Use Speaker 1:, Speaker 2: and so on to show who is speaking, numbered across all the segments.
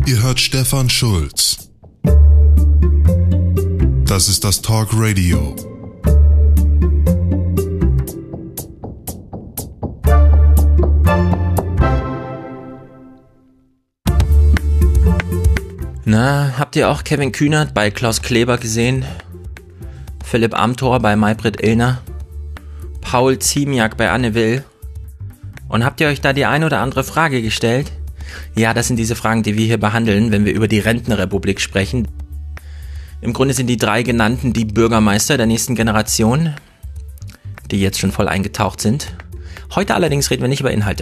Speaker 1: Ihr hört Stefan Schulz. Das ist das Talk Radio.
Speaker 2: Na, habt ihr auch Kevin Kühnert bei Klaus Kleber gesehen? Philipp Amthor bei Maybrit Illner? Paul Ziemiak bei Anne Will? Und habt ihr euch da die ein oder andere Frage gestellt? Ja, das sind diese Fragen, die wir hier behandeln, wenn wir über die Rentenrepublik sprechen. Im Grunde sind die drei genannten die Bürgermeister der nächsten Generation, die jetzt schon voll eingetaucht sind. Heute allerdings reden wir nicht über Inhalte.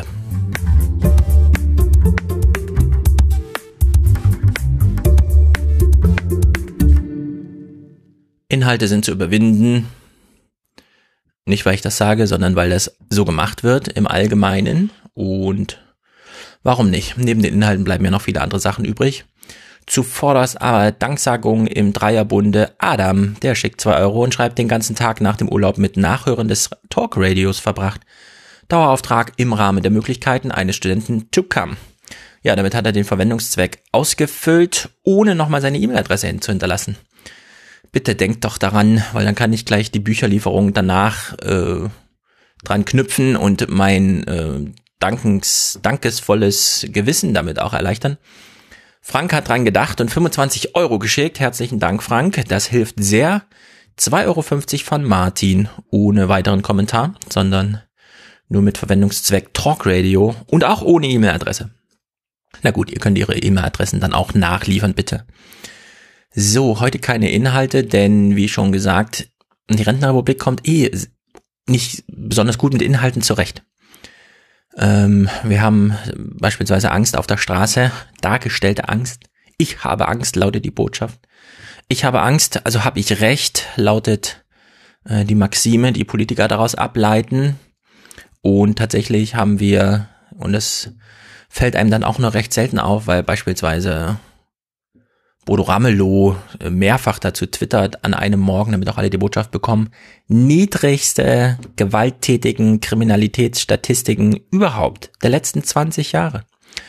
Speaker 2: Inhalte sind zu überwinden. Nicht, weil ich das sage, sondern weil das so gemacht wird im Allgemeinen. Und warum nicht? Neben den Inhalten bleiben ja noch viele andere Sachen übrig. Zuvorderst aber Danksagung im Dreierbunde. Adam, der schickt 2 Euro und schreibt, den ganzen Tag nach dem Urlaub mit Nachhören des Talkradios verbracht. Dauerauftrag im Rahmen der Möglichkeiten eines Studenten to come. Ja, damit hat er den Verwendungszweck ausgefüllt, ohne nochmal seine E-Mail-Adresse hinzuhinterlassen. Bitte denkt doch daran, weil dann kann ich gleich die Bücherlieferung danach dran knüpfen und mein dankesvolles Gewissen damit auch erleichtern. Frank hat dran gedacht und 25 Euro geschickt. Herzlichen Dank, Frank. Das hilft sehr. 2,50 Euro von Martin, ohne weiteren Kommentar, sondern nur mit Verwendungszweck Talkradio und auch ohne E-Mail-Adresse. Na gut, ihr könnt ihre E-Mail-Adressen dann auch nachliefern, bitte. So, heute keine Inhalte, denn wie schon gesagt, die Rentenrepublik kommt nicht besonders gut mit Inhalten zurecht. Wir haben beispielsweise Angst auf der Straße, dargestellte Angst. Ich habe Angst, lautet die Botschaft. Ich habe Angst, also habe ich Recht, lautet die Maxime, die Politiker daraus ableiten. Und tatsächlich haben wir, und das fällt einem dann auch nur recht selten auf, weil beispielsweise Bodo Ramelow mehrfach dazu twittert an einem Morgen, damit auch alle die Botschaft bekommen, niedrigste gewalttätigen Kriminalitätsstatistiken überhaupt der letzten 20 Jahre.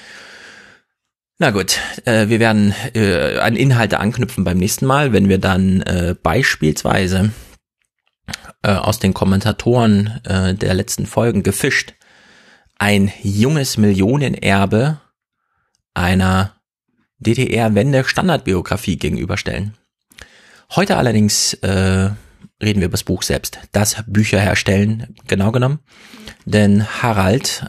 Speaker 2: Na gut, wir werden an Inhalte anknüpfen beim nächsten Mal, wenn wir dann beispielsweise aus den Kommentatoren der letzten Folgen gefischt ein junges Millionenerbe einer DDR-Wende-Standardbiografie gegenüberstellen. Heute allerdings reden wir über das Buch selbst, das Bücher herstellen, genau genommen. Denn Haralds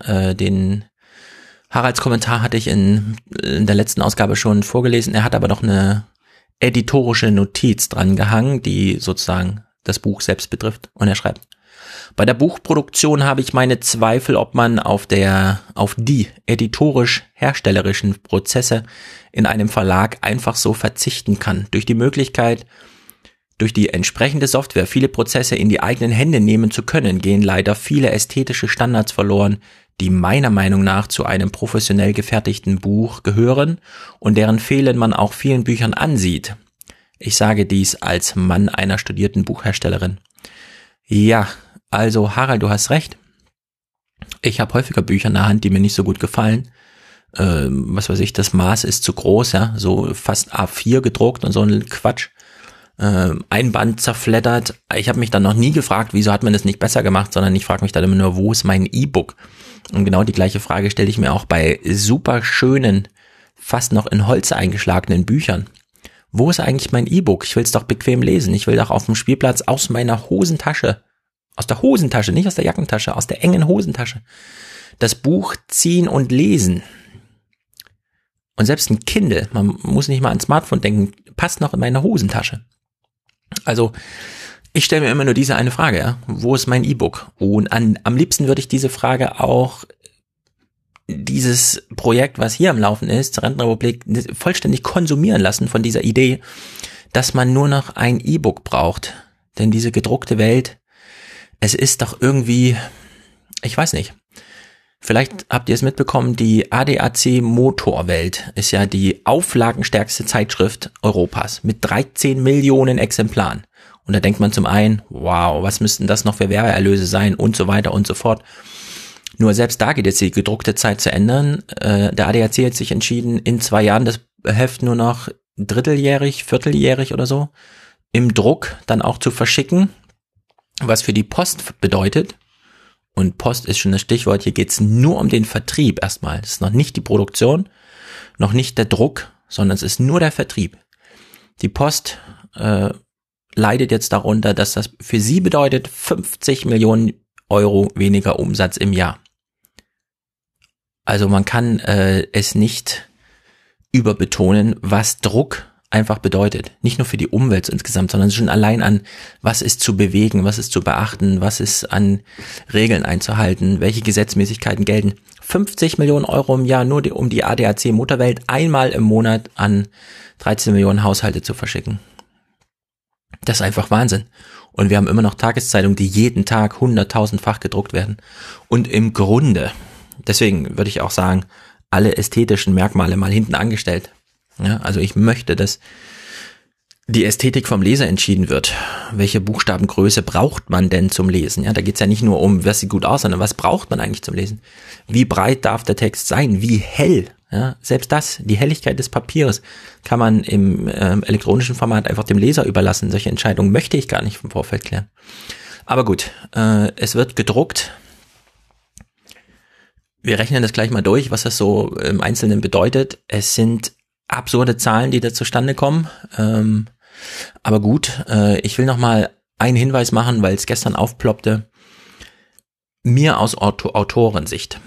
Speaker 2: Kommentar hatte ich in der letzten Ausgabe schon vorgelesen. Er hat aber noch eine editorische Notiz dran gehangen, die sozusagen das Buch selbst betrifft. Und er schreibt: Bei der Buchproduktion habe ich meine Zweifel, ob man auf die editorisch-herstellerischen Prozesse in einem Verlag einfach so verzichten kann. Durch die Möglichkeit, durch die entsprechende Software viele Prozesse in die eigenen Hände nehmen zu können, gehen leider viele ästhetische Standards verloren, die meiner Meinung nach zu einem professionell gefertigten Buch gehören und deren Fehlen man auch vielen Büchern ansieht. Ich sage dies als Mann einer studierten Buchherstellerin. Ja, also Harald, du hast recht. Ich habe häufiger Bücher in der Hand, die mir nicht so gut gefallen. Was weiß ich, das Maß ist zu groß, ja, so fast A4 gedruckt und so ein Quatsch. Ein Band zerfleddert. Ich habe mich dann noch nie gefragt, wieso hat man das nicht besser gemacht, sondern ich frage mich dann immer nur, wo ist mein E-Book? Und genau die gleiche Frage stelle ich mir auch bei super schönen, fast noch in Holz eingeschlagenen Büchern. Wo ist eigentlich mein E-Book? Ich will es doch bequem lesen. Ich will doch auf dem Spielplatz aus meiner Hosentasche, aus der Hosentasche, nicht aus der Jackentasche, aus der engen Hosentasche, das Buch ziehen und lesen. Und selbst ein Kindle, man muss nicht mal an Smartphone denken, passt noch in meine Hosentasche. Also ich stelle mir immer nur diese eine Frage, ja? Wo ist mein E-Book? Und am liebsten würde ich diese Frage auch, dieses Projekt, was hier am Laufen ist, Rentenrepublik, vollständig konsumieren lassen von dieser Idee, dass man nur noch ein E-Book braucht. Denn diese gedruckte Welt, es ist doch irgendwie, ich weiß nicht, vielleicht habt ihr es mitbekommen, die ADAC Motorwelt ist ja die auflagenstärkste Zeitschrift Europas mit 13 Millionen Exemplaren. Und da denkt man zum einen, wow, was müssten das noch für Werbeerlöse sein und so weiter und so fort. Nur selbst da geht jetzt die gedruckte Zeit zu ändern. Der ADAC hat sich entschieden, in 2 Jahren das Heft nur noch dritteljährig, vierteljährig oder so im Druck dann auch zu verschicken, was für die Post bedeutet. Und Post ist schon das Stichwort, hier geht's nur um den Vertrieb erstmal. Das ist noch nicht die Produktion, noch nicht der Druck, sondern es ist nur der Vertrieb. Die Post leidet jetzt darunter, dass das für sie bedeutet 50 Millionen Euro weniger Umsatz im Jahr. Also man kann es nicht überbetonen, was Druck einfach bedeutet. Nicht nur für die Umwelt insgesamt, sondern schon allein an, was ist zu bewegen, was ist zu beachten, was ist an Regeln einzuhalten, welche Gesetzmäßigkeiten gelten. 50 Millionen Euro im Jahr nur um die ADAC Motorwelt einmal im Monat an 13 Millionen Haushalte zu verschicken. Das ist einfach Wahnsinn. Und wir haben immer noch Tageszeitungen, die jeden Tag 100.000-fach gedruckt werden. Und im Grunde, deswegen würde ich auch sagen, alle ästhetischen Merkmale mal hinten angestellt. Ja, also ich möchte, dass die Ästhetik vom Leser entschieden wird. Welche Buchstabengröße braucht man denn zum Lesen? Ja, da geht's ja nicht nur um, was sieht gut aus, sondern was braucht man eigentlich zum Lesen? Wie breit darf der Text sein? Wie hell? Ja, selbst das, die Helligkeit des Papiers, kann man im elektronischen Format einfach dem Leser überlassen. Solche Entscheidungen möchte ich gar nicht im Vorfeld klären. Aber gut, es wird gedruckt. Wir rechnen das gleich mal durch, was das so im Einzelnen bedeutet. Es sind absurde Zahlen, die da zustande kommen. Aber gut, ich will noch mal einen Hinweis machen, weil es gestern aufploppte. Mir aus Autorensicht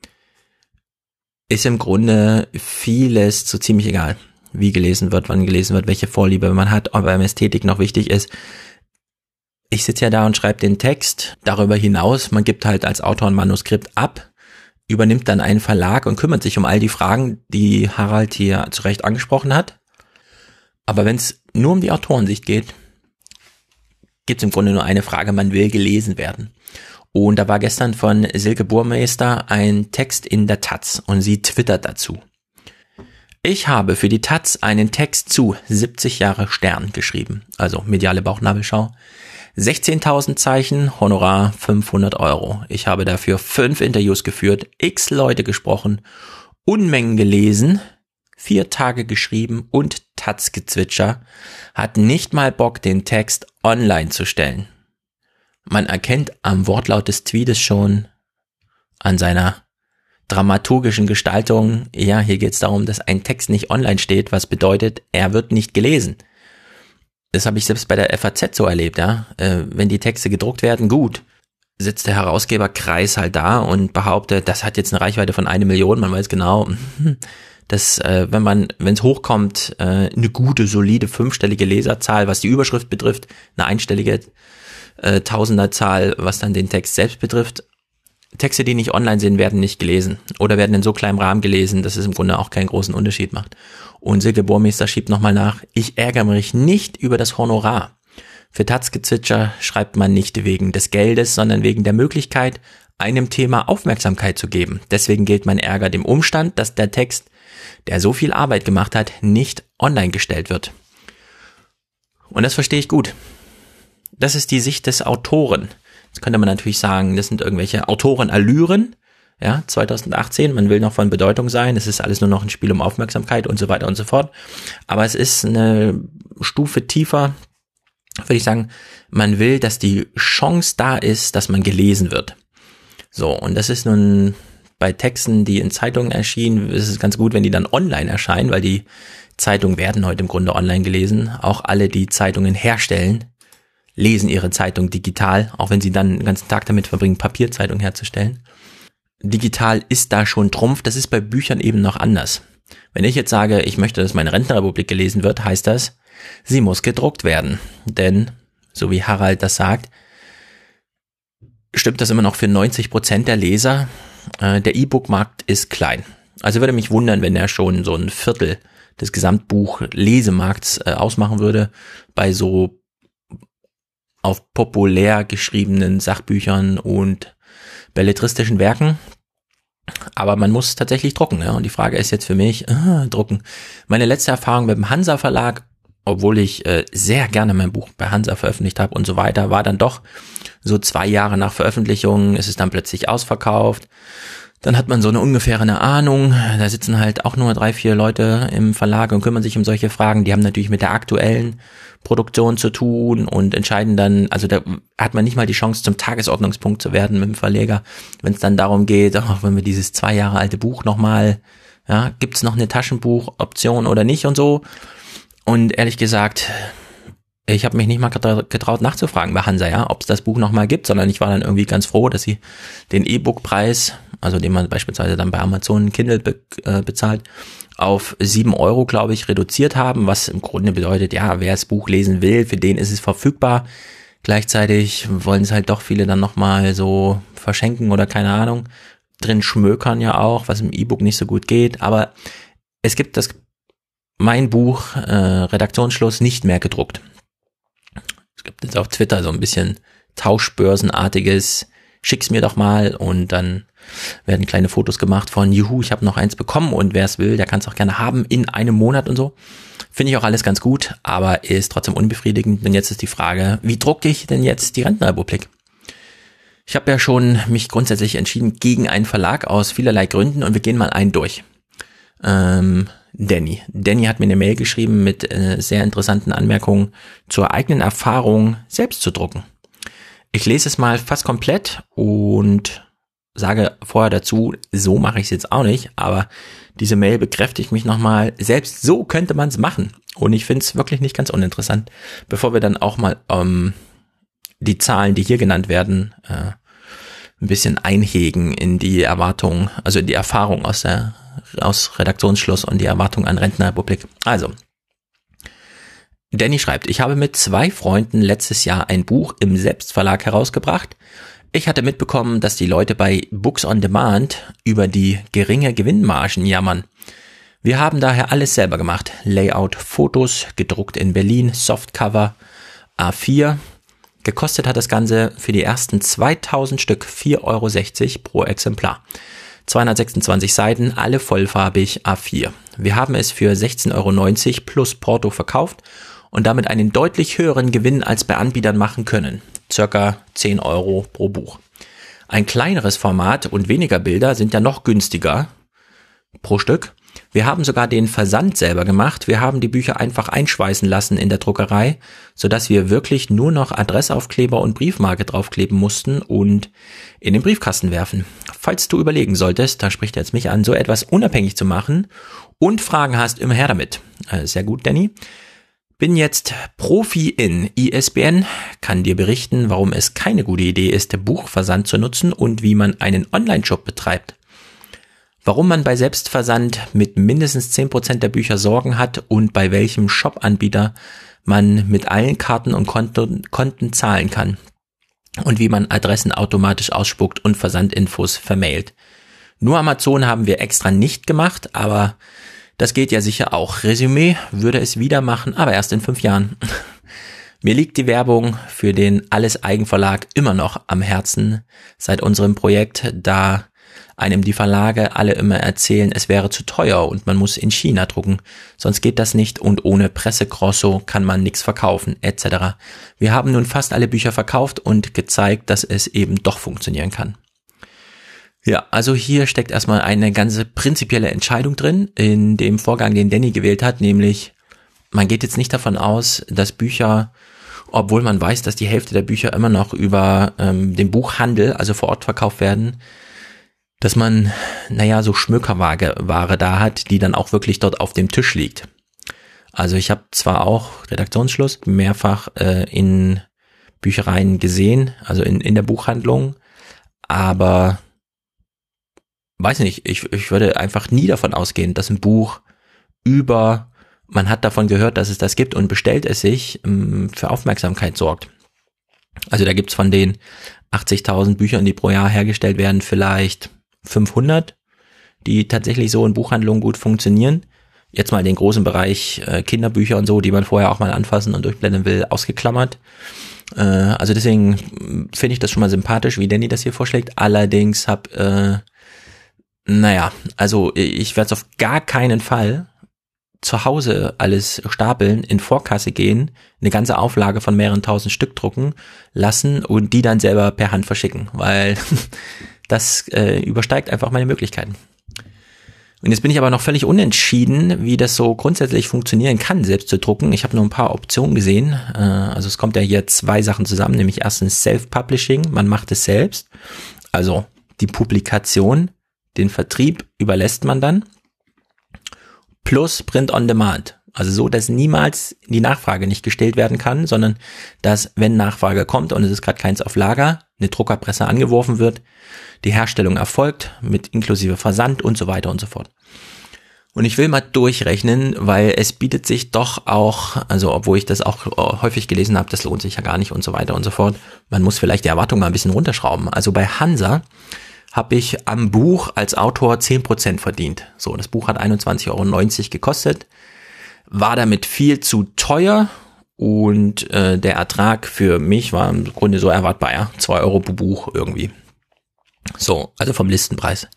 Speaker 2: ist im Grunde vieles so ziemlich egal, wie gelesen wird, wann gelesen wird, welche Vorliebe man hat, ob einem Ästhetik noch wichtig ist. Ich sitze ja da und schreibe den Text. Darüber hinaus, man gibt halt als Autor ein Manuskript ab, übernimmt dann einen Verlag und kümmert sich um all die Fragen, die Harald hier zu Recht angesprochen hat. Aber wenn es nur um die Autorensicht geht, gibt es im Grunde nur eine Frage, man will gelesen werden. Und da war gestern von Silke Burmeister ein Text in der Taz und sie twittert dazu. Ich habe für die Taz einen Text zu 70 Jahre Stern geschrieben, also mediale Bauchnabelschau. 16.000 Zeichen, Honorar 500 Euro. Ich habe dafür 5 Interviews geführt, x Leute gesprochen, Unmengen gelesen, 4 Tage geschrieben und Taz-Gezwitscher, hat nicht mal Bock, den Text online zu stellen. Man erkennt am Wortlaut des Tweetes schon, an seiner dramaturgischen Gestaltung, ja, hier geht es darum, dass ein Text nicht online steht, was bedeutet, er wird nicht gelesen. Das habe ich selbst bei der FAZ so erlebt, ja. Wenn die Texte gedruckt werden, gut, sitzt der Herausgeberkreis halt da und behauptet, das hat jetzt eine Reichweite von 1 Million, man weiß genau, dass wenn es hochkommt, eine gute, solide, 5-stellige Leserzahl, was die Überschrift betrifft, eine einstellige Tausenderzahl, was dann den Text selbst betrifft. Texte, die nicht online sind, werden nicht gelesen oder werden in so kleinem Rahmen gelesen, dass es im Grunde auch keinen großen Unterschied macht. Und Silke Burmeister schiebt nochmal nach, ich ärgere mich nicht über das Honorar. Für Taz-Gezwitscher schreibt man nicht wegen des Geldes, sondern wegen der Möglichkeit, einem Thema Aufmerksamkeit zu geben. Deswegen gilt mein Ärger dem Umstand, dass der Text, der so viel Arbeit gemacht hat, nicht online gestellt wird. Und das verstehe ich gut. Das ist die Sicht des Autoren. Jetzt könnte man natürlich sagen, das sind irgendwelche Autorenallüren, ja, 2018, man will noch von Bedeutung sein, es ist alles nur noch ein Spiel um Aufmerksamkeit und so weiter und so fort. Aber es ist eine Stufe tiefer, würde ich sagen, man will, dass die Chance da ist, dass man gelesen wird. So, und das ist nun bei Texten, die in Zeitungen erschienen, ist es ganz gut, wenn die dann online erscheinen, weil die Zeitungen werden heute im Grunde online gelesen. Auch alle, die Zeitungen herstellen, lesen ihre Zeitung digital, auch wenn sie dann den ganzen Tag damit verbringen, Papierzeitung herzustellen. Digital ist da schon Trumpf, das ist bei Büchern eben noch anders. Wenn ich jetzt sage, ich möchte, dass meine Rentenrepublik gelesen wird, heißt das, sie muss gedruckt werden. Denn, so wie Harald das sagt, stimmt das immer noch für 90% der Leser. Der E-Book-Markt ist klein. Also würde mich wundern, wenn er schon so ein Viertel des Gesamtbuch-Lesemarkts ausmachen würde, bei so auf populär geschriebenen Sachbüchern und belletristischen Werken. Aber man muss tatsächlich drucken, ja. Und die Frage ist jetzt für mich, drucken. Meine letzte Erfahrung mit dem Hansa Verlag, obwohl ich sehr gerne mein Buch bei Hansa veröffentlicht habe und so weiter, war dann doch so 2 Jahre nach Veröffentlichung, ist es dann plötzlich ausverkauft. Dann hat man so eine ungefähre Ahnung, da sitzen halt auch nur 3-4 Leute im Verlag und kümmern sich um solche Fragen. Die haben natürlich mit der aktuellen Produktion zu tun und entscheiden dann, also da hat man nicht mal die Chance, zum Tagesordnungspunkt zu werden mit dem Verleger, wenn es dann darum geht, wenn wir dieses 2 Jahre alte Buch nochmal, ja, gibt's noch eine Taschenbuchoption oder nicht und so. Und ehrlich gesagt, ich habe mich nicht mal getraut nachzufragen bei Hansa, ja, ob es das Buch nochmal gibt, sondern ich war dann irgendwie ganz froh, dass sie den E-Book-Preis, also den man beispielsweise dann bei Amazon Kindle bezahlt, auf 7 €, glaube ich, reduziert haben, was im Grunde bedeutet, ja, wer das Buch lesen will, für den ist es verfügbar. Gleichzeitig wollen es halt doch viele dann nochmal so verschenken oder keine Ahnung, drin schmökern ja auch, was im E-Book nicht so gut geht, aber es gibt mein Buch Redaktionsschluss nicht mehr gedruckt. Es gibt jetzt auf Twitter so ein bisschen Tauschbörsenartiges, schick's mir doch mal und dann werden kleine Fotos gemacht von, juhu, ich habe noch eins bekommen und wer es will, der kann es auch gerne haben in einem Monat und so. Finde ich auch alles ganz gut, aber ist trotzdem unbefriedigend, denn jetzt ist die Frage, wie drucke ich denn jetzt die Rentenrepublik? Ich habe ja schon mich grundsätzlich entschieden gegen einen Verlag aus vielerlei Gründen und wir gehen mal einen durch. Danny hat mir eine Mail geschrieben mit sehr interessanten Anmerkungen zur eigenen Erfahrung, selbst zu drucken. Ich lese es mal fast komplett und sage vorher dazu, so mache ich es jetzt auch nicht, aber diese Mail bekräftigt mich nochmal, selbst so könnte man es machen. Und ich finde es wirklich nicht ganz uninteressant, bevor wir dann auch mal die Zahlen, die hier genannt werden, ein bisschen einhegen in die Erwartung, also in die Erfahrung aus Redaktionsschluss und die Erwartung an Rentenrepublik. Also, Danny schreibt, ich habe mit 2 Freunden letztes Jahr ein Buch im Selbstverlag herausgebracht. Ich hatte mitbekommen, dass die Leute bei Books on Demand über die geringe Gewinnmargen jammern. Wir haben daher alles selber gemacht. Layout, Fotos, gedruckt in Berlin, Softcover, A4. Gekostet hat das Ganze für die ersten 2000 Stück 4,60 € pro Exemplar. 226 Seiten, alle vollfarbig A4. Wir haben es für 16,90 € plus Porto verkauft und damit einen deutlich höheren Gewinn als bei Anbietern machen können. Circa 10 € pro Buch. Ein kleineres Format und weniger Bilder sind ja noch günstiger pro Stück. Wir haben sogar den Versand selber gemacht. Wir haben die Bücher einfach einschweißen lassen in der Druckerei, sodass wir wirklich nur noch Adressaufkleber und Briefmarke draufkleben mussten und in den Briefkasten werfen. Falls du überlegen solltest, da spricht er jetzt mich an, so etwas unabhängig zu machen und Fragen hast, immer her damit. Sehr gut, Danny. Bin jetzt Profi in ISBN, kann dir berichten, warum es keine gute Idee ist, Buchversand zu nutzen und wie man einen Online-Shop betreibt. Warum man bei Selbstversand mit mindestens 10% der Bücher Sorgen hat und bei welchem Shop-Anbieter man mit allen Karten und Konten zahlen kann. Und wie man Adressen automatisch ausspuckt und Versandinfos vermailt. Nur Amazon haben wir extra nicht gemacht, aber das geht ja sicher auch. Resümee, würde es wieder machen, aber erst in 5 Jahren. Mir liegt die Werbung für den Alles Eigenverlag immer noch am Herzen seit unserem Projekt, da einem die Verlage alle immer erzählen, es wäre zu teuer und man muss in China drucken, sonst geht das nicht und ohne Pressegrosso kann man nichts verkaufen, etc. Wir haben nun fast alle Bücher verkauft und gezeigt, dass es eben doch funktionieren kann. Ja, also hier steckt erstmal eine ganze prinzipielle Entscheidung drin in dem Vorgang, den Danny gewählt hat, nämlich man geht jetzt nicht davon aus, dass Bücher, obwohl man weiß, dass die Hälfte der Bücher immer noch über den Buchhandel, also vor Ort verkauft werden, dass man, so Schmökerware da hat, die dann auch wirklich dort auf dem Tisch liegt. Also ich habe zwar auch Redaktionsschluss mehrfach in Büchereien gesehen, also in der Buchhandlung, aber weiß nicht, ich würde einfach nie davon ausgehen, dass ein Buch man hat davon gehört, dass es das gibt und bestellt es sich, für Aufmerksamkeit sorgt. Also da gibt's von den 80.000 Büchern, die pro Jahr hergestellt werden, vielleicht 500, die tatsächlich so in Buchhandlungen gut funktionieren. Jetzt mal den großen Bereich Kinderbücher und so, die man vorher auch mal anfassen und durchblenden will, ausgeklammert. Also deswegen finde ich das schon mal sympathisch, wie Danny das hier vorschlägt. Allerdings also ich werde es auf gar keinen Fall zu Hause alles stapeln, in Vorkasse gehen, eine ganze Auflage von mehreren tausend Stück drucken lassen und die dann selber per Hand verschicken, weil das übersteigt einfach meine Möglichkeiten. Und jetzt bin ich aber noch völlig unentschieden, wie das so grundsätzlich funktionieren kann, selbst zu drucken. Ich habe nur ein paar Optionen gesehen. Also es kommt ja hier 2 Sachen zusammen, nämlich erstens Self-Publishing, man macht es selbst. Also die Publikation, den Vertrieb überlässt man dann. Plus Print on Demand. Also so, dass niemals die Nachfrage nicht gestellt werden kann, sondern dass, wenn Nachfrage kommt und es ist gerade keins auf Lager, eine Druckerpresse angeworfen wird, die Herstellung erfolgt mit inklusive Versand und so weiter und so fort. Und ich will mal durchrechnen, weil es bietet sich doch auch, also obwohl ich das auch häufig gelesen habe, das lohnt sich ja gar nicht und so weiter und so fort. Man muss vielleicht die Erwartung mal ein bisschen runterschrauben. Also bei Hansa habe ich am Buch als Autor 10% verdient. So, das Buch hat 21,90 € gekostet, war damit viel zu teuer und der Ertrag für mich war im Grunde so erwartbar, ja, 2 € pro Buch irgendwie. So, also vom Listenpreis.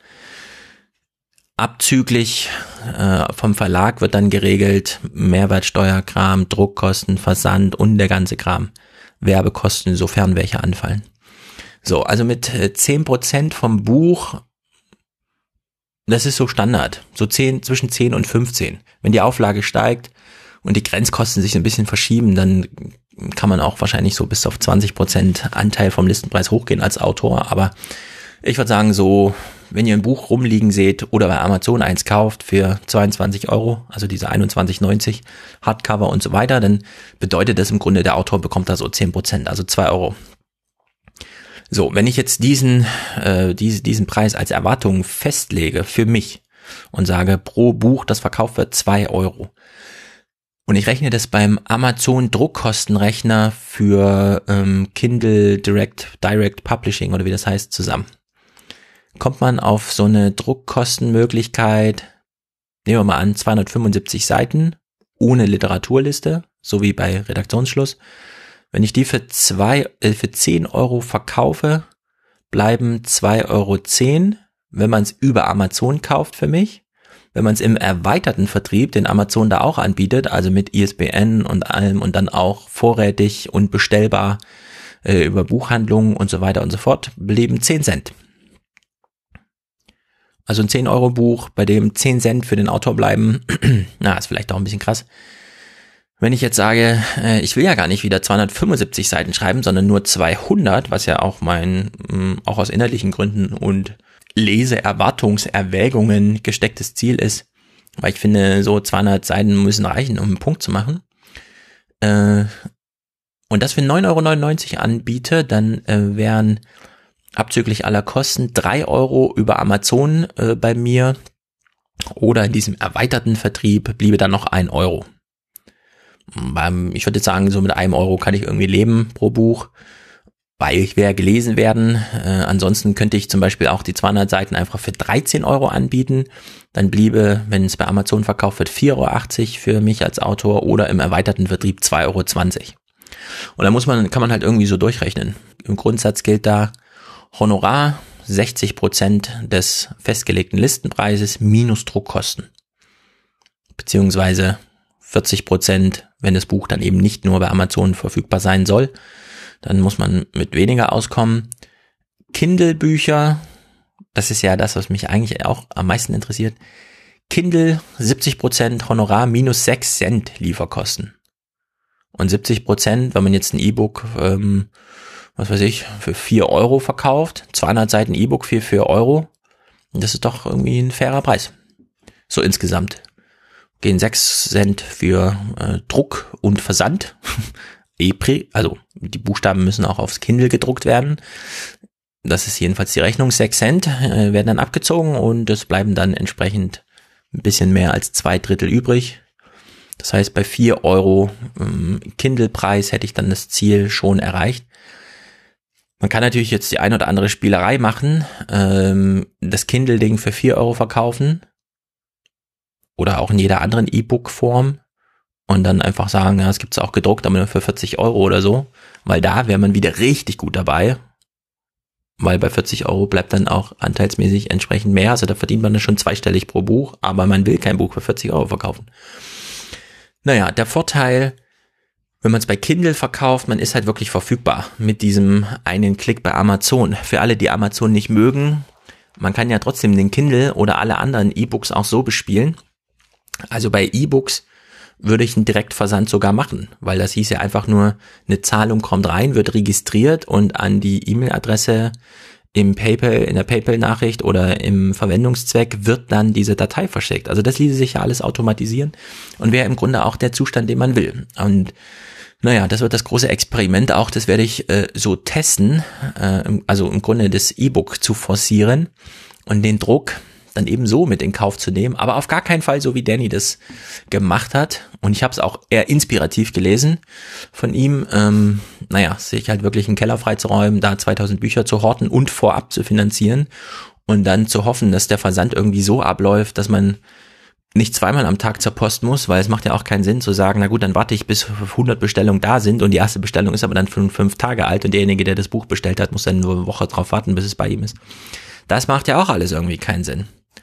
Speaker 2: Abzüglich vom Verlag wird dann geregelt Mehrwertsteuerkram, Druckkosten, Versand und der ganze Kram. Werbekosten, sofern welche anfallen. So, also mit 10% vom Buch, das ist so Standard. So zwischen 10 und 15. Wenn die Auflage steigt und die Grenzkosten sich ein bisschen verschieben, dann kann man auch wahrscheinlich so bis auf 20% Anteil vom Listenpreis hochgehen als Autor, aber ich würde sagen so, wenn ihr ein Buch rumliegen seht oder bei Amazon eins kauft für 22 €, also diese 21,90, Hardcover und so weiter, dann bedeutet das im Grunde, der Autor bekommt da so 10%, also 2 €. So, wenn ich jetzt diesen Preis als Erwartung festlege für mich und sage, pro Buch, das verkauft wird, 2 € und ich rechne das beim Amazon Druckkostenrechner für Kindle Direct Publishing oder wie das heißt zusammen, kommt man auf so eine Druckkostenmöglichkeit, nehmen wir mal an, 275 Seiten ohne Literaturliste, so wie bei Redaktionsschluss. Wenn ich die für 10 € verkaufe, bleiben 2,10 €, wenn man es über Amazon kauft für mich. Wenn man es im erweiterten Vertrieb, den Amazon da auch anbietet, also mit ISBN und allem und dann auch vorrätig und bestellbar über Buchhandlungen und so weiter und so fort, blieben 10 Cent. Also ein 10 € Buch, bei dem 10 Cent für den Autor bleiben, na, ist vielleicht auch ein bisschen krass. Wenn ich jetzt sage, ich will ja gar nicht wieder 275 Seiten schreiben, sondern nur 200, was ja auch auch aus inhaltlichen Gründen und Leseerwartungserwägungen gestecktes Ziel ist, weil ich finde, so 200 Seiten müssen reichen, um einen Punkt zu machen. Und das für 9,99 € anbiete, dann wären abzüglich aller Kosten 3 € über Amazon bei mir oder in diesem erweiterten Vertrieb bliebe dann noch 1 €. Ich würde jetzt sagen, so mit 1 € kann ich irgendwie leben pro Buch, weil ich werde gelesen werden. Ansonsten könnte ich zum Beispiel auch die 200 Seiten einfach für 13 € anbieten. Dann bliebe, wenn es bei Amazon verkauft wird, 4,80 € für mich als Autor oder im erweiterten Vertrieb 2,20 €. Und da kann man halt irgendwie so durchrechnen. Im Grundsatz gilt da Honorar 60% des festgelegten Listenpreises minus Druckkosten. Beziehungsweise 40%, wenn das Buch dann eben nicht nur bei Amazon verfügbar sein soll. Dann muss man mit weniger auskommen. Kindle-Bücher, das ist ja das, was mich eigentlich auch am meisten interessiert. Kindle 70% Honorar minus 6 Cent Lieferkosten. Und 70%, wenn man jetzt ein E-Book, was weiß ich, für 4 € verkauft, 200 Seiten E-Book für 4 €, das ist doch irgendwie ein fairer Preis. So insgesamt. Gehen 6 Cent für Druck und Versand. Also die Buchstaben müssen auch aufs Kindle gedruckt werden. Das ist jedenfalls die Rechnung. 6 Cent werden dann abgezogen und es bleiben dann entsprechend ein bisschen mehr als 2/3 übrig. Das heißt, bei 4 € Kindle-Preis hätte ich dann das Ziel schon erreicht. Man kann natürlich jetzt die ein oder andere Spielerei machen, das Kindle-Ding für 4 € verkaufen oder auch in jeder anderen E-Book-Form und dann einfach sagen, ja, es gibt's auch gedruckt, aber nur für 40 € oder so, weil da wäre man wieder richtig gut dabei, weil bei 40 € bleibt dann auch anteilsmäßig entsprechend mehr, also da verdient man dann schon zweistellig pro Buch, aber man will kein Buch für 40 € verkaufen. Naja, der Vorteil Wenn man es bei Kindle verkauft, man ist halt wirklich verfügbar mit diesem einen Klick bei Amazon. Für alle, die Amazon nicht mögen, man kann ja trotzdem den Kindle oder alle anderen E-Books auch so bespielen. Also bei E-Books würde ich einen Direktversand sogar machen, weil das hieß ja einfach nur, eine Zahlung kommt rein, wird registriert und an die E-Mail-Adresse in der PayPal-Nachricht oder im Verwendungszweck wird dann diese Datei verschickt. Also das ließe sich ja alles automatisieren und wäre im Grunde auch der Zustand, den man will. Und naja, das wird das große Experiment auch, das werde ich so testen, also im Grunde das E-Book zu forcieren und den Druck dann eben so mit in Kauf zu nehmen, aber auf gar keinen Fall so, wie Danny das gemacht hat. Und ich habe es auch eher inspirativ gelesen von ihm. Sich halt wirklich einen Keller freizuräumen, da 2000 Bücher zu horten und vorab zu finanzieren und dann zu hoffen, dass der Versand irgendwie so abläuft, dass man nicht zweimal am Tag zur Post muss, weil es macht ja auch keinen Sinn zu sagen, na gut, dann warte ich, bis 100 Bestellungen da sind und die erste Bestellung ist aber dann 5 Tage alt und derjenige, der das Buch bestellt hat, muss dann nur eine Woche drauf warten, bis es bei ihm ist. Das macht ja auch alles irgendwie keinen Sinn.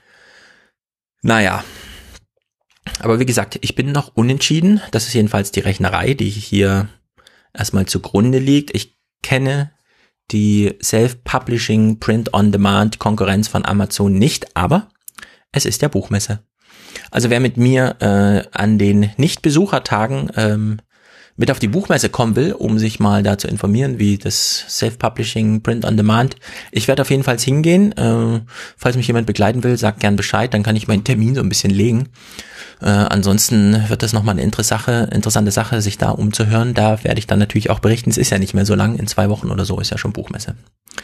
Speaker 2: Naja, aber wie gesagt, ich bin noch unentschieden. Das ist jedenfalls die Rechnerei, die hier erstmal zugrunde liegt. Ich kenne die Self-Publishing Print-on-Demand Konkurrenz von Amazon nicht, aber es ist der Buchmesse. Also wer mit mir an den Nicht-Besuchertagen mit auf die Buchmesse kommen will, um sich mal da zu informieren, wie das Self-Publishing Print-on-Demand. Ich werde auf jeden Fall hingehen. Falls mich jemand begleiten will, sagt gern Bescheid, dann kann ich meinen Termin so ein bisschen legen. Ansonsten wird das nochmal eine interessante Sache, sich da umzuhören. Da werde ich dann natürlich auch berichten. Es ist ja nicht mehr so lang, in 2 Wochen oder so ist ja schon Buchmesse.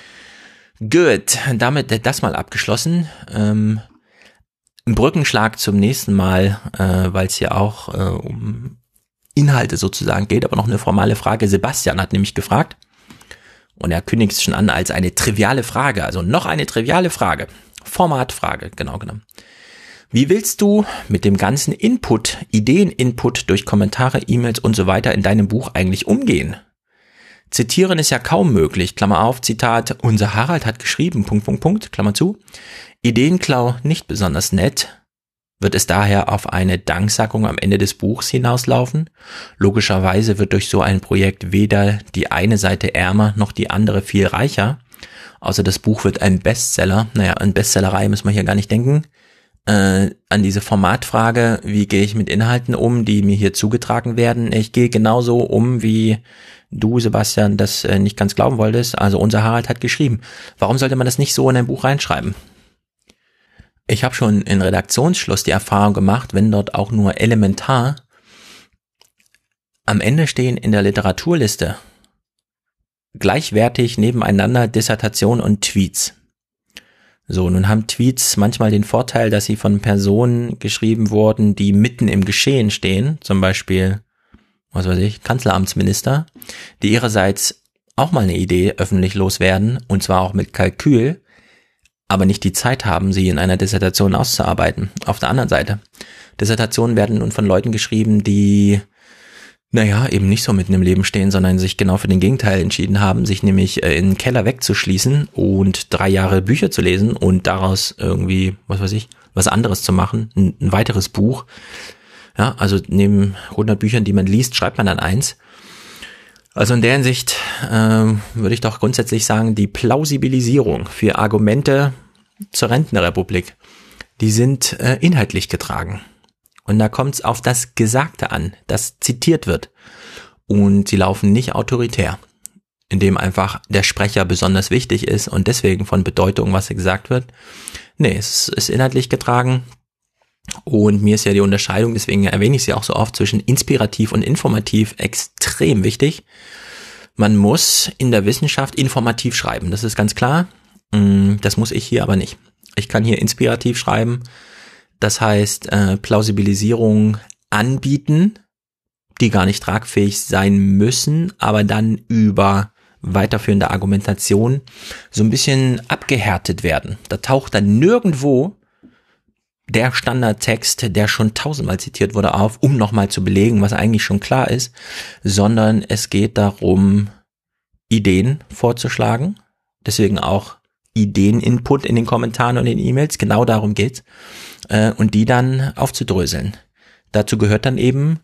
Speaker 2: Gut, damit das mal abgeschlossen. Ein Brückenschlag zum nächsten Mal, weil es hier auch um Inhalte sozusagen geht, aber noch eine formale Frage. Sebastian hat nämlich gefragt, und er kündigt es schon an als eine triviale Frage, also noch eine triviale Frage. Formatfrage, genau genommen. Wie willst du mit dem ganzen Input, Ideeninput durch Kommentare, E-Mails und so weiter in deinem Buch eigentlich umgehen? Zitieren ist ja kaum möglich, Klammer auf, Zitat, unser Harald hat geschrieben, ... Klammer zu. Ideenklau nicht besonders nett. Wird es daher auf eine Danksagung am Ende des Buchs hinauslaufen? Logischerweise wird durch so ein Projekt weder die eine Seite ärmer noch die andere viel reicher. Außer das Buch wird ein Bestseller. Naja, an Bestsellerei müssen wir hier gar nicht denken. An diese Formatfrage, wie gehe ich mit Inhalten um, die mir hier zugetragen werden? Ich gehe genauso um, wie du, Sebastian, das nicht ganz glauben wolltest. Also unser Harald hat geschrieben. Warum sollte man das nicht so in ein Buch reinschreiben? Ich habe schon in Redaktionsschluss die Erfahrung gemacht, wenn dort auch nur elementar am Ende stehen in der Literaturliste gleichwertig nebeneinander Dissertation und Tweets. So, nun haben Tweets manchmal den Vorteil, dass sie von Personen geschrieben wurden, die mitten im Geschehen stehen, zum Beispiel, was weiß ich, Kanzleramtsminister, die ihrerseits auch mal eine Idee öffentlich loswerden, und zwar auch mit Kalkül, aber nicht die Zeit haben, sie in einer Dissertation auszuarbeiten. Auf der anderen Seite, Dissertationen werden nun von Leuten geschrieben, die, eben nicht so mitten im Leben stehen, sondern sich genau für den Gegenteil entschieden haben, sich nämlich in den Keller wegzuschließen und 3 Jahre Bücher zu lesen und daraus irgendwie, was anderes zu machen, ein weiteres Buch. Ja, also neben 100 Büchern, die man liest, schreibt man dann eins. Also in der Hinsicht würde ich doch grundsätzlich sagen, die Plausibilisierung für Argumente zur Rentenrepublik, die sind inhaltlich getragen. Und da kommt es auf das Gesagte an, das zitiert wird. Und sie laufen nicht autoritär, indem einfach der Sprecher besonders wichtig ist und deswegen von Bedeutung, was gesagt wird. Nee, es ist inhaltlich getragen. Und mir ist ja die Unterscheidung, deswegen erwähne ich sie auch so oft, zwischen inspirativ und informativ extrem wichtig. Man muss in der Wissenschaft informativ schreiben, das ist ganz klar. Das muss ich hier aber nicht. Ich kann hier inspirativ schreiben, das heißt Plausibilisierung anbieten, die gar nicht tragfähig sein müssen, aber dann über weiterführende Argumentation so ein bisschen abgehärtet werden. Da taucht dann nirgendwo der Standardtext, der schon 1000-mal zitiert wurde, auf, um nochmal zu belegen, was eigentlich schon klar ist, sondern es geht darum, Ideen vorzuschlagen, deswegen auch Ideeninput in den Kommentaren und in den E-Mails, genau darum geht's, und die dann aufzudröseln. Dazu gehört dann eben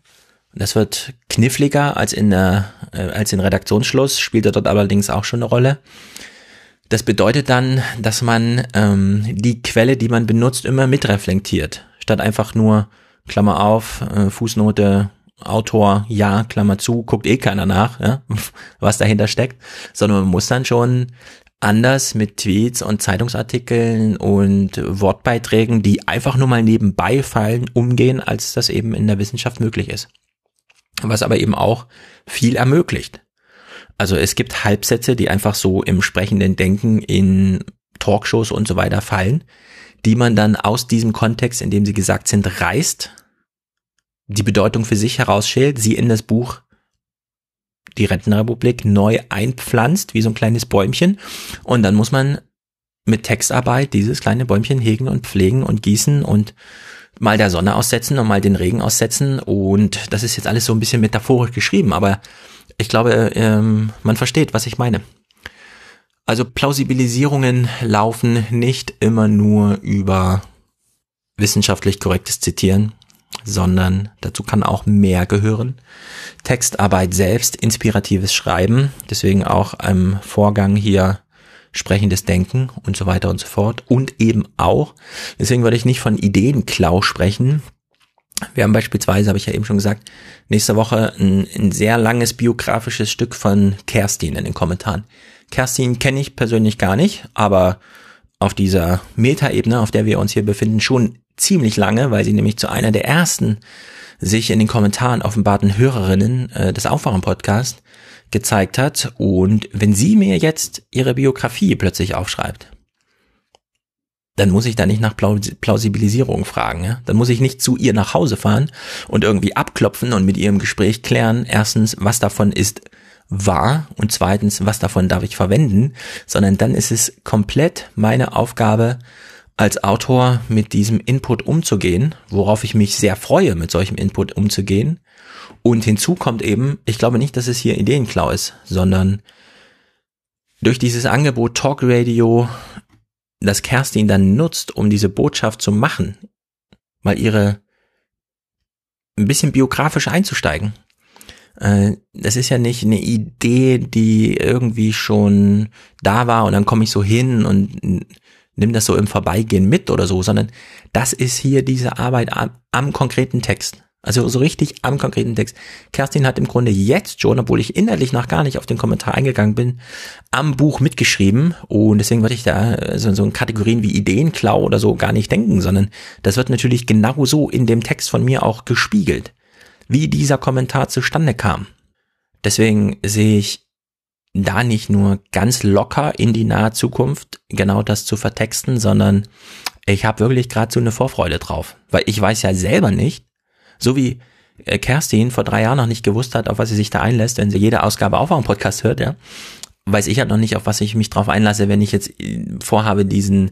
Speaker 2: Das wird kniffliger als in Redaktionsschluss, spielt dort allerdings auch schon eine Rolle. Das bedeutet dann, dass man die Quelle, die man benutzt, immer mitreflektiert. Statt einfach nur, Klammer auf, Fußnote, Autor, ja, Klammer zu, guckt eh keiner nach, ja, was dahinter steckt, sondern man muss dann schon anders mit Tweets und Zeitungsartikeln und Wortbeiträgen, die einfach nur mal nebenbei fallen, umgehen, als das eben in der Wissenschaft möglich ist. Was aber eben auch viel ermöglicht. Also es gibt Halbsätze, die einfach so im sprechenden Denken in Talkshows und so weiter fallen, die man dann aus diesem Kontext, in dem sie gesagt sind, reißt, die Bedeutung für sich herausschält, sie in das Buch Die Rentenrepublik neu einpflanzt, wie so ein kleines Bäumchen, und dann muss man mit Textarbeit dieses kleine Bäumchen hegen und pflegen und gießen und mal der Sonne aussetzen und mal den Regen aussetzen, und das ist jetzt alles so ein bisschen metaphorisch geschrieben, aber ich glaube, man versteht, was ich meine. Also Plausibilisierungen laufen nicht immer nur über wissenschaftlich korrektes Zitieren, sondern dazu kann auch mehr gehören. Textarbeit selbst, inspiratives Schreiben, deswegen auch im Vorgang hier sprechendes Denken und so weiter und so fort. Und eben auch, deswegen würde ich nicht von Ideenklau sprechen. Wir haben beispielsweise, habe ich ja eben schon gesagt, nächste Woche ein sehr langes biografisches Stück von Kerstin in den Kommentaren. Kerstin kenne ich persönlich gar nicht, aber auf dieser Metaebene, auf der wir uns hier befinden, schon ziemlich lange, weil sie nämlich zu einer der ersten sich in den Kommentaren offenbarten Hörerinnen des Aufwachen-Podcasts gezeigt hat. Und wenn sie mir jetzt ihre Biografie plötzlich aufschreibt, dann muss ich da nicht nach Plausibilisierung fragen. Ja? Dann muss ich nicht zu ihr nach Hause fahren und irgendwie abklopfen und mit ihr im Gespräch klären, erstens, was davon ist wahr und zweitens, was davon darf ich verwenden, sondern dann ist es komplett meine Aufgabe, als Autor mit diesem Input umzugehen, worauf ich mich sehr freue, mit solchem Input umzugehen. Und hinzu kommt eben, ich glaube nicht, dass es hier Ideenklau ist, sondern durch dieses Angebot Talk Radio, das Kerstin dann nutzt, um diese Botschaft zu machen, mal ein bisschen biografisch einzusteigen. Das ist ja nicht eine Idee, die irgendwie schon da war und dann komme ich so hin und nimm das so im Vorbeigehen mit oder so, sondern das ist hier diese Arbeit am konkreten Text. Also so richtig am konkreten Text. Kerstin hat im Grunde jetzt schon, obwohl ich inhaltlich noch gar nicht auf den Kommentar eingegangen bin, am Buch mitgeschrieben, und deswegen würde ich da so in Kategorien wie Ideenklau oder so gar nicht denken, sondern das wird natürlich genau so in dem Text von mir auch gespiegelt, wie dieser Kommentar zustande kam. Deswegen sehe ich da nicht nur ganz locker in die nahe Zukunft genau das zu vertexten, sondern ich habe wirklich gerade so eine Vorfreude drauf, weil ich weiß ja selber nicht, so wie Kerstin vor 3 Jahren noch nicht gewusst hat, auf was sie sich da einlässt, wenn sie jede Ausgabe Aufwachen-Podcast hört, ja, weiß ich halt noch nicht, auf was ich mich drauf einlasse, wenn ich jetzt vorhabe, diese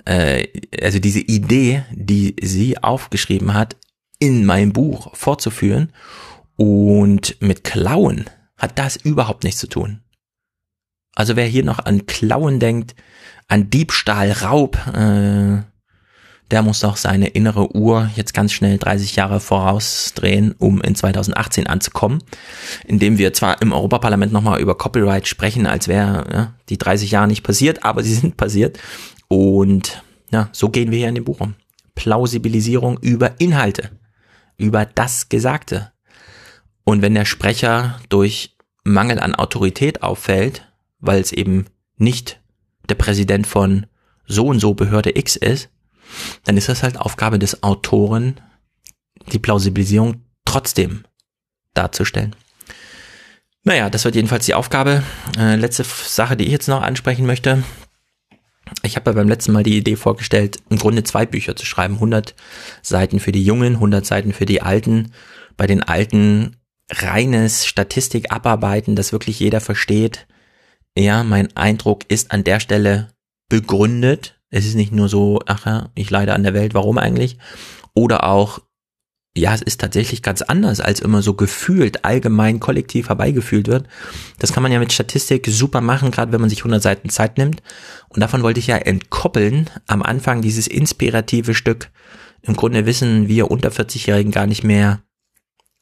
Speaker 2: Idee, die sie aufgeschrieben hat, in meinem Buch fortzuführen. Und mit Klauen hat das überhaupt nichts zu tun. Also wer hier noch an Klauen denkt, an Diebstahl, Raub, der muss doch seine innere Uhr jetzt ganz schnell 30 Jahre vorausdrehen, um in 2018 anzukommen, indem wir zwar im Europaparlament nochmal über Copyright sprechen, als wäre die 30 Jahre nicht passiert, aber sie sind passiert. Und ja, so gehen wir hier in dem Buch um. Plausibilisierung über Inhalte, über das Gesagte. Und wenn der Sprecher durch Mangel an Autorität auffällt, weil es eben nicht der Präsident von so und so Behörde X ist, dann ist das halt Aufgabe des Autoren, die Plausibilisierung trotzdem darzustellen. Naja, das wird jedenfalls die Aufgabe. Letzte Sache, die ich jetzt noch ansprechen möchte. Ich habe ja beim letzten Mal die Idee vorgestellt, im Grunde 2 Bücher zu schreiben. 100 Seiten für die Jungen, 100 Seiten für die Alten. Bei den Alten reines Statistik abarbeiten, dass wirklich jeder versteht. Ja, mein Eindruck ist an der Stelle begründet. Es ist nicht nur so, ach ja, ich leide an der Welt, warum eigentlich? Oder auch, ja, es ist tatsächlich ganz anders, als immer so gefühlt, allgemein, kollektiv herbeigefühlt wird. Das kann man ja mit Statistik super machen, gerade wenn man sich 100 Seiten Zeit nimmt. Und davon wollte ich ja entkoppeln, am Anfang dieses inspirative Stück. Im Grunde wissen wir unter 40-Jährigen gar nicht mehr,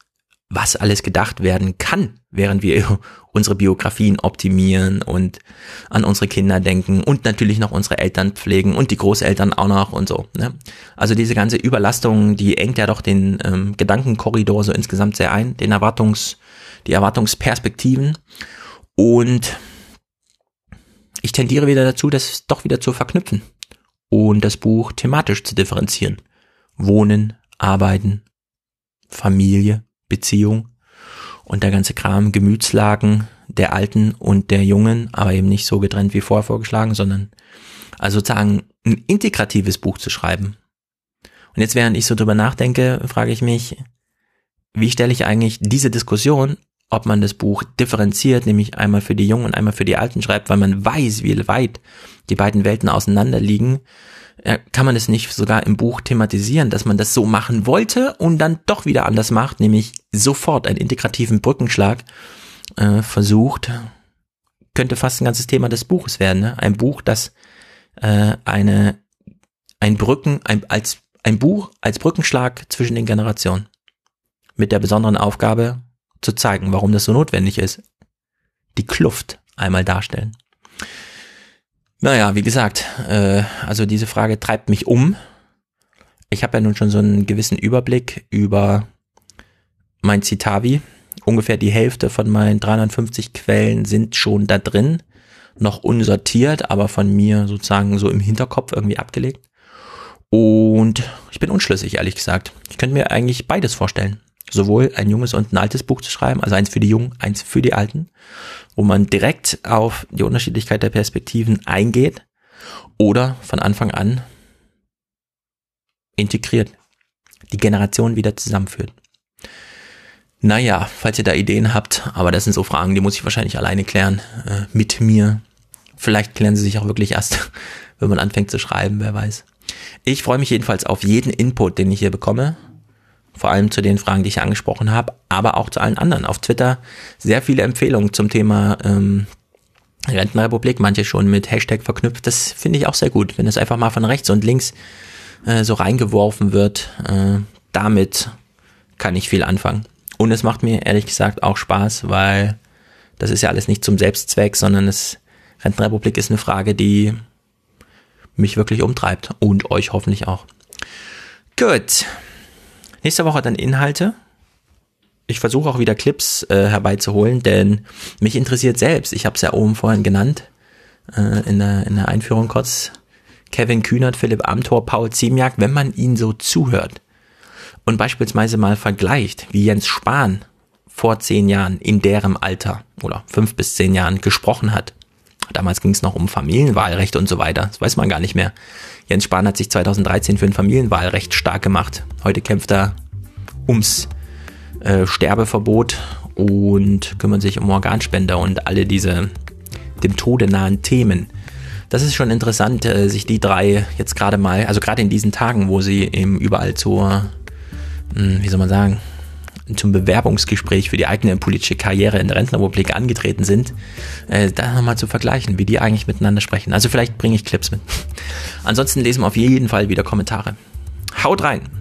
Speaker 2: was alles gedacht werden kann, während wir unsere Biografien optimieren und an unsere Kinder denken und natürlich noch unsere Eltern pflegen und die Großeltern auch noch und so. Ne? Also diese ganze Überlastung, die engt ja doch den Gedankenkorridor so insgesamt sehr ein, die Erwartungsperspektiven. Und ich tendiere wieder dazu, das doch wieder zu verknüpfen und das Buch thematisch zu differenzieren. Wohnen, Arbeiten, Familie, Beziehung und der ganze Kram, Gemütslagen der Alten und der Jungen, aber eben nicht so getrennt wie vorher vorgeschlagen, sondern also sozusagen ein integratives Buch zu schreiben. Und jetzt, während ich so drüber nachdenke, frage ich mich, wie stelle ich eigentlich diese Diskussion, ob man das Buch differenziert, nämlich einmal für die Jungen und einmal für die Alten schreibt, weil man weiß, wie weit die beiden Welten auseinander liegen, kann man es nicht sogar im Buch thematisieren, dass man das so machen wollte und dann doch wieder anders macht, nämlich sofort einen integrativen Brückenschlag versucht, könnte fast ein ganzes Thema des Buches werden. Ne? Ein Buch, das ein Buch als Brückenschlag zwischen den Generationen mit der besonderen Aufgabe zu zeigen, warum das so notwendig ist. Die Kluft einmal darstellen. Naja, wie gesagt, also diese Frage treibt mich um. Ich habe ja nun schon so einen gewissen Überblick über mein Citavi. Ungefähr die Hälfte von meinen 350 Quellen sind schon da drin. Noch unsortiert, aber von mir sozusagen so im Hinterkopf irgendwie abgelegt. Und ich bin unschlüssig, ehrlich gesagt. Ich könnte mir eigentlich beides vorstellen. Sowohl ein junges und ein altes Buch zu schreiben, also eins für die Jungen, eins für die Alten, wo man direkt auf die Unterschiedlichkeit der Perspektiven eingeht oder von Anfang an integriert, die Generationen wieder zusammenführt. Naja, falls ihr da Ideen habt, aber das sind so Fragen, die muss ich wahrscheinlich alleine klären, mit mir. Vielleicht klären sie sich auch wirklich erst, wenn man anfängt zu schreiben, wer weiß. Ich freue mich jedenfalls auf jeden Input, den ich hier bekomme. Vor allem zu den Fragen, die ich angesprochen habe, aber auch zu allen anderen. Auf Twitter sehr viele Empfehlungen zum Thema Rentenrepublik, manche schon mit Hashtag verknüpft. Das finde ich auch sehr gut, wenn es einfach mal von rechts und links so reingeworfen wird. Damit kann ich viel anfangen. Und es macht mir ehrlich gesagt auch Spaß, weil das ist ja alles nicht zum Selbstzweck, sondern Rentenrepublik ist eine Frage, die mich wirklich umtreibt und euch hoffentlich auch. Gut. Nächste Woche dann Inhalte. Ich versuche auch wieder Clips herbeizuholen, denn mich interessiert selbst, ich habe es ja oben vorhin genannt, in der Einführung kurz, Kevin Kühnert, Philipp Amthor, Paul Ziemiak, wenn man ihnen so zuhört und beispielsweise mal vergleicht, wie Jens Spahn vor 10 Jahren in deren Alter oder 5 bis 10 Jahren gesprochen hat. Damals ging es noch um Familienwahlrecht und so weiter. Das weiß man gar nicht mehr. Jens Spahn hat sich 2013 für ein Familienwahlrecht stark gemacht. Heute kämpft er ums Sterbeverbot und kümmert sich um Organspender und alle diese dem Tode nahen Themen. Das ist schon interessant, sich die drei jetzt gerade mal, also gerade in diesen Tagen, wo sie eben überall zum Bewerbungsgespräch für die eigene politische Karriere in der Rentenrepublik angetreten sind, da nochmal zu vergleichen, wie die eigentlich miteinander sprechen. Also vielleicht bringe ich Clips mit. Ansonsten lesen wir auf jeden Fall wieder Kommentare. Haut rein!